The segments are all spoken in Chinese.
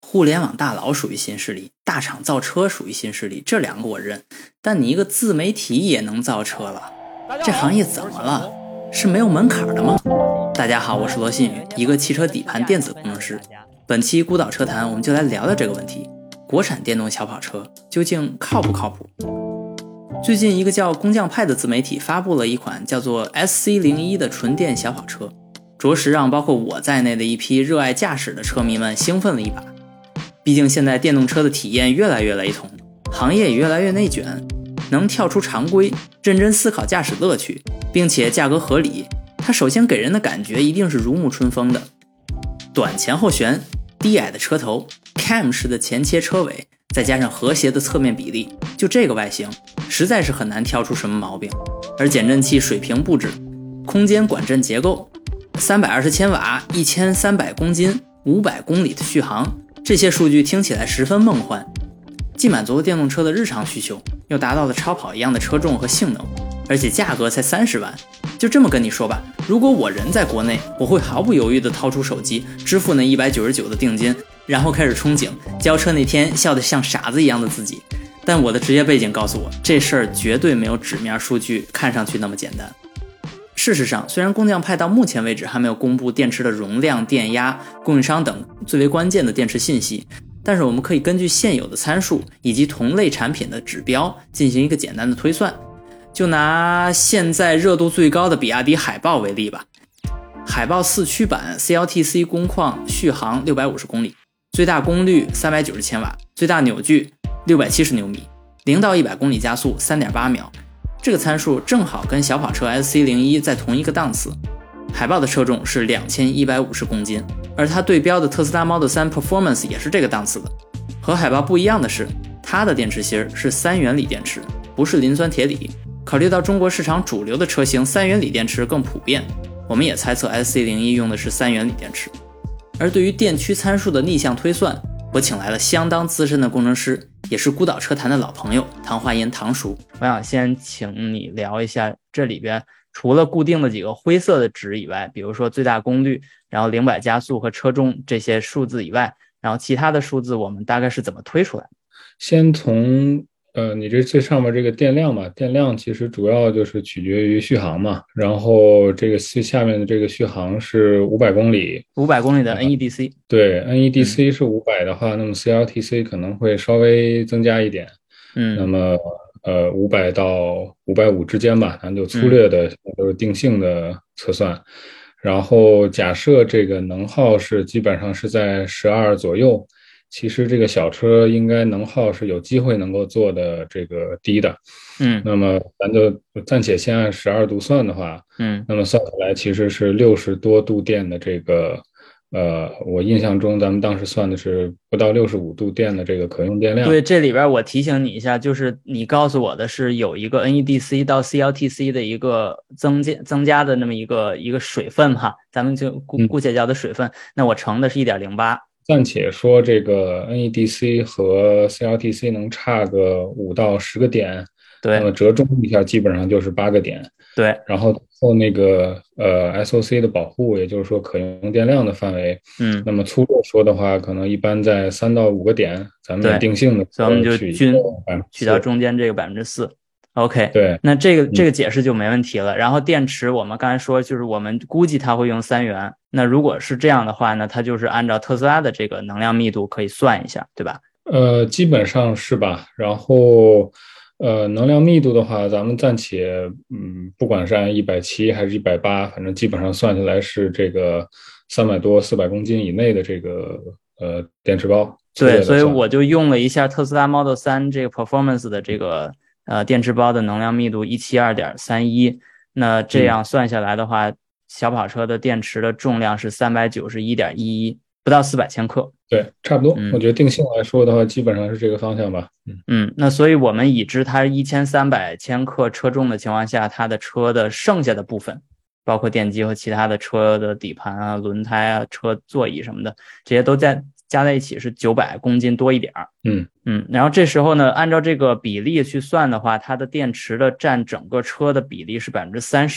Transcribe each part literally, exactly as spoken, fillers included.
互联网大佬属于新势力，大厂造车属于新势力，这两个我认。但你一个自媒体也能造车了，这行业怎么了？是没有门槛的吗？大家好，我是罗新宇，一个汽车底盘电子工程师。本期孤岛车谈，我们就来聊聊这个问题：国产电动小跑车究竟靠不靠谱？最近一个叫工匠派的自媒体发布了一款叫做 S C 零一 的纯电小跑车，着实让包括我在内的一批热爱驾驶的车迷们兴奋了一把。毕竟现在电动车的体验越来越雷同，行业也越来越内卷，能跳出常规，认真思考驾驶乐趣，并且价格合理，它首先给人的感觉一定是如沐春风的。短前后悬，低矮的车头， cam 式的前切车尾，再加上和谐的侧面比例，就这个外形实在是很难挑出什么毛病。而减震器水平布置，空间管震结构，三百二十千瓦，一千三百公斤，五百公里的续航，这些数据听起来十分梦幻，既满足了电动车的日常需求，又达到了超跑一样的车重和性能，而且价格才三十万。就这么跟你说吧，如果我人在国内，我会毫不犹豫地掏出手机支付那一百九十九的定金，然后开始憧憬交车那天笑得像傻子一样的自己。但我的职业背景告诉我，这事儿绝对没有纸面数据看上去那么简单。事实上，虽然工匠派到目前为止还没有公布电池的容量、电压、供应商等最为关键的电池信息，但是我们可以根据现有的参数以及同类产品的指标进行一个简单的推算。就拿现在热度最高的比亚迪海豹为例吧，海豹四驱版 C L T C 工况续航六百五十公里，最大功率三百九十千瓦，最大扭矩六百七十牛米，零到一百公里加速 三点八秒，这个参数正好跟小跑车 S C 零一 在同一个档次。海豹的车重是两千一百五十公斤，而它对标的特斯拉 Model 三 Performance 也是这个档次的。和海豹不一样的是，它的电池芯是三元锂电池，不是磷酸铁锂。考虑到中国市场主流的车型三元锂电池更普遍，我们也猜测 S C 零一 用的是三元锂电池。而对于电驱参数的逆向推算，我请来了相当资深的工程师，也是孤岛车坛的老朋友唐华银唐叔。我想先请你聊一下这里边除了固定的几个灰色的值以外，比如说最大功率，然后零百加速和车重这些数字以外，然后其他的数字我们大概是怎么推出来的？ 先从呃，你这最上面这个电量嘛，电量其实主要就是取决于续航嘛，然后这个最下面的这个续航是五百公里， 五百公里的 N E D C、呃、 对 N E D C 是五百的话、嗯、那么 C L T C 可能会稍微增加一点， 嗯， 那么呃五百到五百五之间吧，咱就粗略的都是定性的测算、嗯、然后假设这个能耗是基本上是在十二左右，其实这个小车应该能耗是有机会能够做的这个低的， 嗯， 那么咱就暂且先按十二度算的话， 嗯， 那么算下来其实是六十多度电的这个，呃，我印象中咱们当时算的是不到六十五度电的这个可用电量。 对，这里边我提醒你一下，就是你告诉我的是有一个 N E D C 到 C L T C 的一个增加增加的那么一个一个水分哈，咱们就姑姑且叫的水分、嗯、那我乘的是 一点零八。 暂且说这个 N E D C 和 C L T C 能差个五到十个点， 对， 那么折中一下基本上就是八个点， 对， 然后后那个呃 S O C 的保护，也就是说可用电量的范围， 嗯， 那么粗略说的话，可能一般在三到五个点，咱们也定性的， 所以我们就均取到中间这个百分之四。OK， 对， 那这个这个解释就没问题了、嗯。然后电池我们刚才说，就是我们估计它会用三元。那如果是这样的话呢，它就是按照特斯拉的这个能量密度可以算一下，对吧？ 呃，基本上是吧。然后呃，能量密度的话，咱们暂且嗯，不管是按一百七还是一百八，反正基本上算下来是这个三百多四百公斤以内的这个呃电池包。 对，所以我就用了一下特斯拉 Model 三这个 Performance 的这个。呃，电池包的能量密度 一百七十二点三一， 那这样算下来的话、嗯、小跑车的电池的重量是 三百九十一点一一， 不到四百千克。 对，差不多、嗯、我觉得定性来说的话基本上是这个方向吧。 嗯嗯，那所以我们已知它一千三百千克车重的情况下，它的车的剩下的部分包括电机和其他的车的底盘啊、轮胎啊、车座椅什么的，这些都在加在一起是九百公斤多一点。 嗯嗯，然后这时候呢，按照这个比例去算的话，它的电池的占整个车的比例是 百分之三十，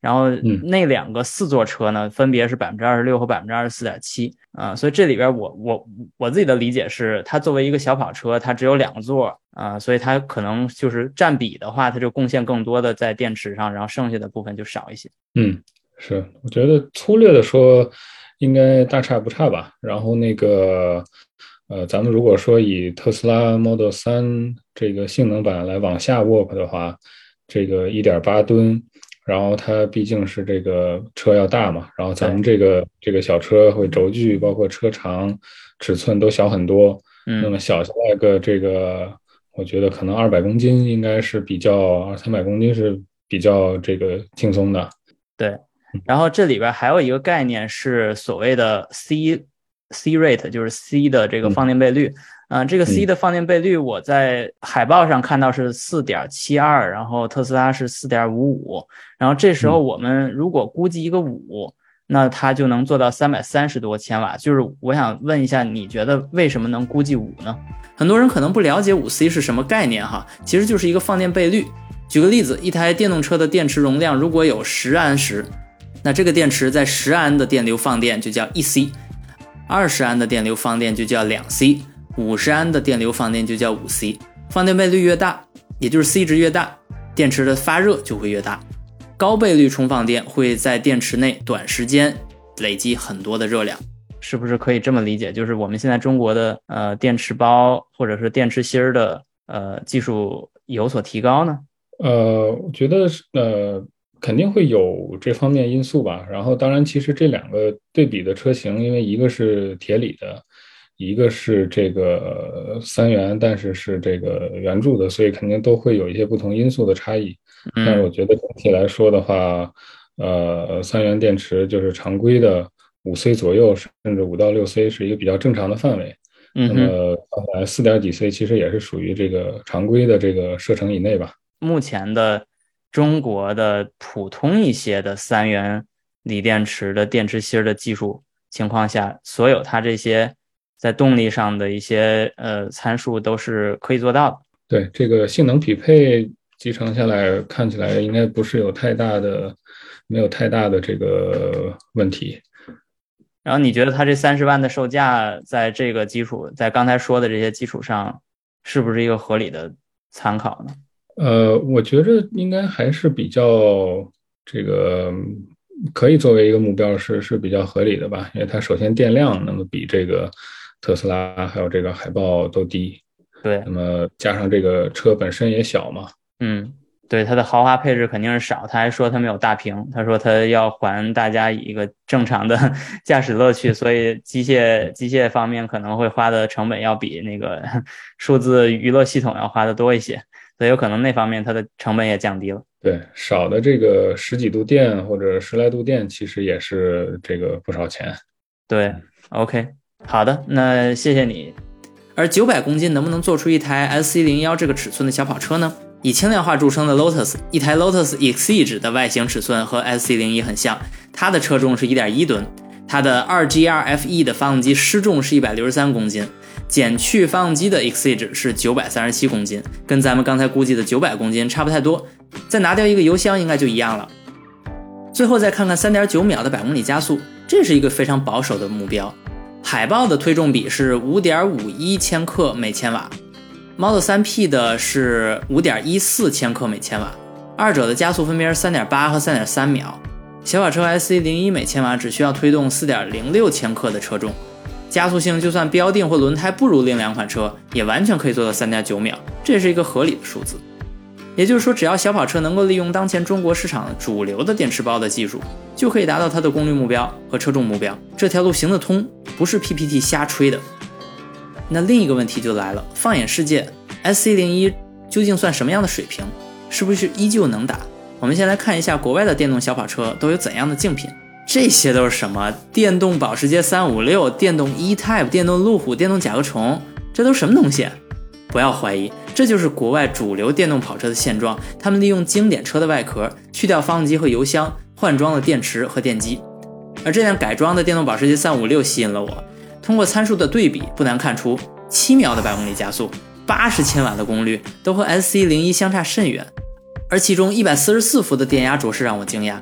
然后那两个四座车呢，分别是百分之二十六和百分之二十四点七啊，所以这里边我我我自己的理解是，它作为一个小跑车，它只有两个座啊，所以它可能就是占比的话，它就贡献更多的在电池上，然后剩下的部分就少一些。 嗯，是，我觉得粗略的说，应该大差不差吧。然后那个呃，咱们如果说以特斯拉 Model 三这个性能版来往下 work 的话，这个 一点八 吨。然后它毕竟是这个车要大嘛，然后咱们这个这个小车会轴距包括车长尺寸都小很多，嗯，那么小下来个这个，我觉得可能二百公斤应该是比较二三百公斤是比较这个轻松的。 对，然后这里边还有一个概念是所谓的 C C rate， 就是 C 的这个放电倍率。嗯嗯、呃，这个 C 的放电倍率我在海报上看到是 四点七二， 然后特斯拉是 四点五五， 然后这时候我们如果估计一个五，那它就能做到三百三十多千瓦。就是我想问一下，你觉得为什么能估计五呢？很多人可能不了解 五 C 是什么概念哈，其实就是一个放电倍率。举个例子，一台电动车的电池容量如果有十安时，那这个电池在十安的电流放电就叫一 C， 二十安的电流放电就叫两 C，五十安的电流放电就叫五 C， 放电倍率越大，也就是 C 值越大，电池的发热就会越大。高倍率充放电会在电池内短时间累积很多的热量，是不是可以这么理解？就是我们现在中国的呃电池包或者是电池芯的呃技术有所提高呢？ 呃，我觉得呃肯定会有这方面因素吧。然后当然，其实这两个对比的车型，因为一个是铁锂的。一个是这个三元，但是是这个圆柱的，所以肯定都会有一些不同因素的差异。但是我觉得整体来说的话，呃，三元电池就是常规的五 C 左右，甚至五到六 C 是一个比较正常的范围。 嗯、 那么看来四点几 C 其实也是属于这个常规的这个射程以内吧。 目前的中国的普通一些的三元锂电池的电池芯的技术情况下，所有它这些在动力上的一些呃参数都是可以做到的。 对，这个性能匹配集成下来看起来应该不是有太大的没有太大的这个问题。 然后你觉得它这三十万的售价在这个基础，在刚才说的这些基础上，是不是一个合理的参考呢？ 呃，我觉得应该还是比较这个可以作为一个目标是是比较合理的吧，因为它首先电量那么比这个特斯拉还有这个海豹都低， 对， 那么加上这个车本身也小嘛， 嗯，对，它的豪华配置肯定是少，他还说他没有大屏，他说他要还大家一个正常的驾驶乐趣，所以机械机械方面可能会花的成本要比那个数字娱乐系统要花的多一些，所以有可能那方面它的成本也降低了。 对，少的这个十几度电或者十来度电其实也是这个不少钱。 对 OK 好的，那谢谢你。而九百公斤能不能做出一台 S C 零一 这个尺寸的小跑车呢？以轻量化著称的 Lotus， 一台 Lotus Exige 的外形尺寸和 S C 零一 很像，它的车重是 一点一吨，它的 二 G R F E 的发动机失重是一百六十三公斤，减去发动机的 Exige 是九百三十七公斤，跟咱们刚才估计的九百公斤差不太多，再拿掉一个油箱应该就一样了。最后再看看 三点九秒的百公里加速，这是一个非常保守的目标。海豹的推重比是 五点五一千克每千瓦， Model 三 P 的是 五点一四千克每千瓦，二者的加速分别是 三点八 和 三点三秒。小跑车 S C 零一 每千瓦只需要推动 四点零六千克的车重，加速性就算标定或轮胎不如另两款车，也完全可以做到 三点九秒，这是一个合理的数字。也就是说，只要小跑车能够利用当前中国市场主流的电池包的技术，就可以达到它的功率目标和车重目标，这条路行得通，不是 P P T 瞎吹的。那另一个问题就来了，放眼世界 S C 零一 究竟算什么样的水平，是不是依旧能打？我们先来看一下国外的电动小跑车都有怎样的竞品。这些都是什么？电动保时捷三五六，电动 E-Type， 电动路虎，电动甲壳虫，这都什么东西？不要怀疑，这就是国外主流电动跑车的现状，他们利用经典车的外壳，去掉发动机和油箱，换装了电池和电机。而这辆改装的电动保时捷三五六吸引了我，通过参数的对比，不难看出七秒的百公里加速，八十千瓦的功率都和 S C 零一 相差甚远，而其中一百四十四伏的电压着实让我惊讶。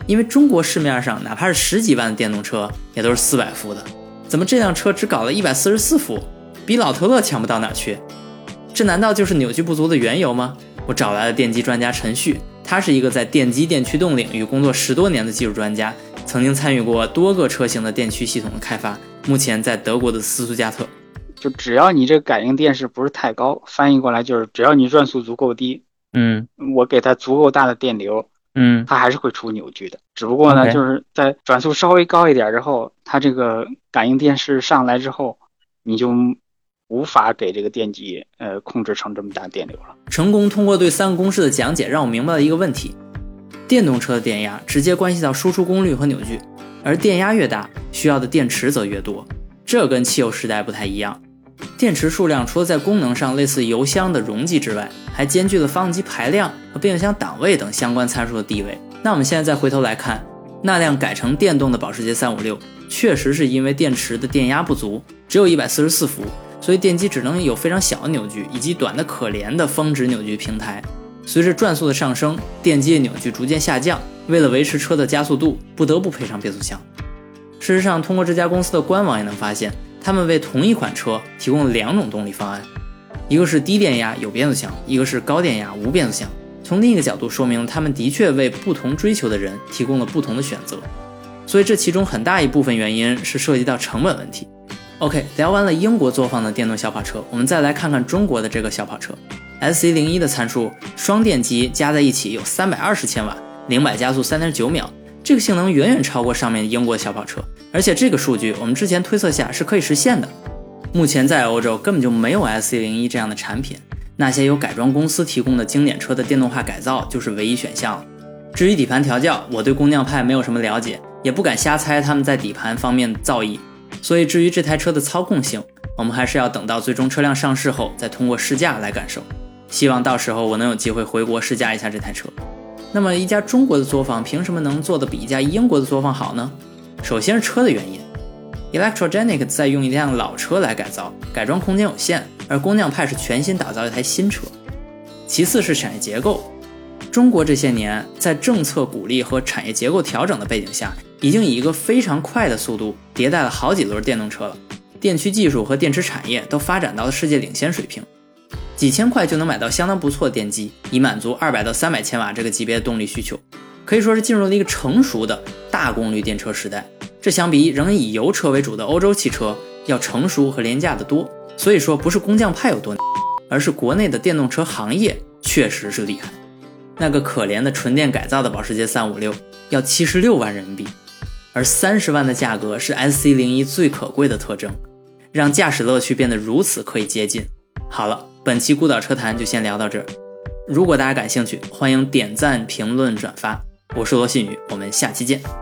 因为中国市面上哪怕是十几万的电动车也都是四百伏的，怎么这辆车只搞了一百四十四伏，比老特勒强不到哪去？这难道就是扭矩不足的缘由吗？我找来了电机专家陈旭，他是一个在电机电驱动领域工作十多年的技术专家，曾经参与过多个车型的电驱系统的开发，目前在德国的斯图加特。 就只要你这个感应电势不是太高，翻译过来就是只要你转速足够低， 嗯， 我给它足够大的电流， 嗯， 它还是会出扭矩的。只不过呢， okay. 就是在转速稍微高一点之后，它这个感应电势上来之后，你就无法给这个电机呃控制成这么大电流了。 成功通过对三个公式的讲解，让我明白了一个问题：电动车的电压直接关系到输出功率和扭矩，而电压越大，需要的电池则越多。这跟汽油时代不太一样。电池数量除了在功能上类似油箱的容积之外，还兼具了发动机排量和变速箱档位等相关参数的地位。那我们现在再回头来看，那辆改成电动的保时捷三五六，确实是因为电池的电压不足，只有一百四十四伏，所以电机只能有非常小的扭矩，以及短的可怜的峰值扭矩平台。随着转速的上升，电机的扭矩逐渐下降，为了维持车的加速度，不得不配上变速箱。事实上，通过这家公司的官网也能发现，他们为同一款车提供了两种动力方案，一个是低电压有变速箱，一个是高电压无变速箱。从另一个角度说明，他们的确为不同追求的人提供了不同的选择。所以这其中很大一部分原因是涉及到成本问题。OK， 聊完了英国作坊的电动小跑车，我们再来看看中国的这个小跑车。S C 零一 的参数，双电机加在一起有三百二十千瓦，零百加速 三点九秒，这个性能远远超过上面英国的小跑车，而且这个数据我们之前推测下是可以实现的。目前在欧洲根本就没有 S C 零一 这样的产品，那些由改装公司提供的经典车的电动化改造就是唯一选项了。至于底盘调教，我对工匠派没有什么了解，也不敢瞎猜他们在底盘方面的造诣，所以至于这台车的操控性，我们还是要等到最终车辆上市后再通过试驾来感受。希望到时候我能有机会回国试驾一下这台车。那么一家中国的作坊凭什么能做得比一家英国的作坊好呢？首先是车的原因， Electrogenic 在用一辆老车来改造，改装空间有限，而工匠派是全新打造一台新车。其次是产业结构，中国这些年在政策鼓励和产业结构调整的背景下，已经以一个非常快的速度迭代了好几轮电动车了，电驱技术和电池产业都发展到了世界领先水平，几千块就能买到相当不错的电机，以满足二百到三百千瓦这个级别的动力需求，可以说是进入了一个成熟的大功率电车时代。这相比仍以油车为主的欧洲汽车要成熟和廉价的多。所以说不是工匠派有多，而是国内的电动车行业确实是厉害。那个可怜的纯电改造的保时捷三五六要七十六万人民币，而三十万的价格是 S C 零一 最可贵的特征，让驾驶乐趣变得如此可以接近。好了，本期孤岛车谈就先聊到这儿。如果大家感兴趣，欢迎点赞、评论、转发。我是罗信宇，我们下期见。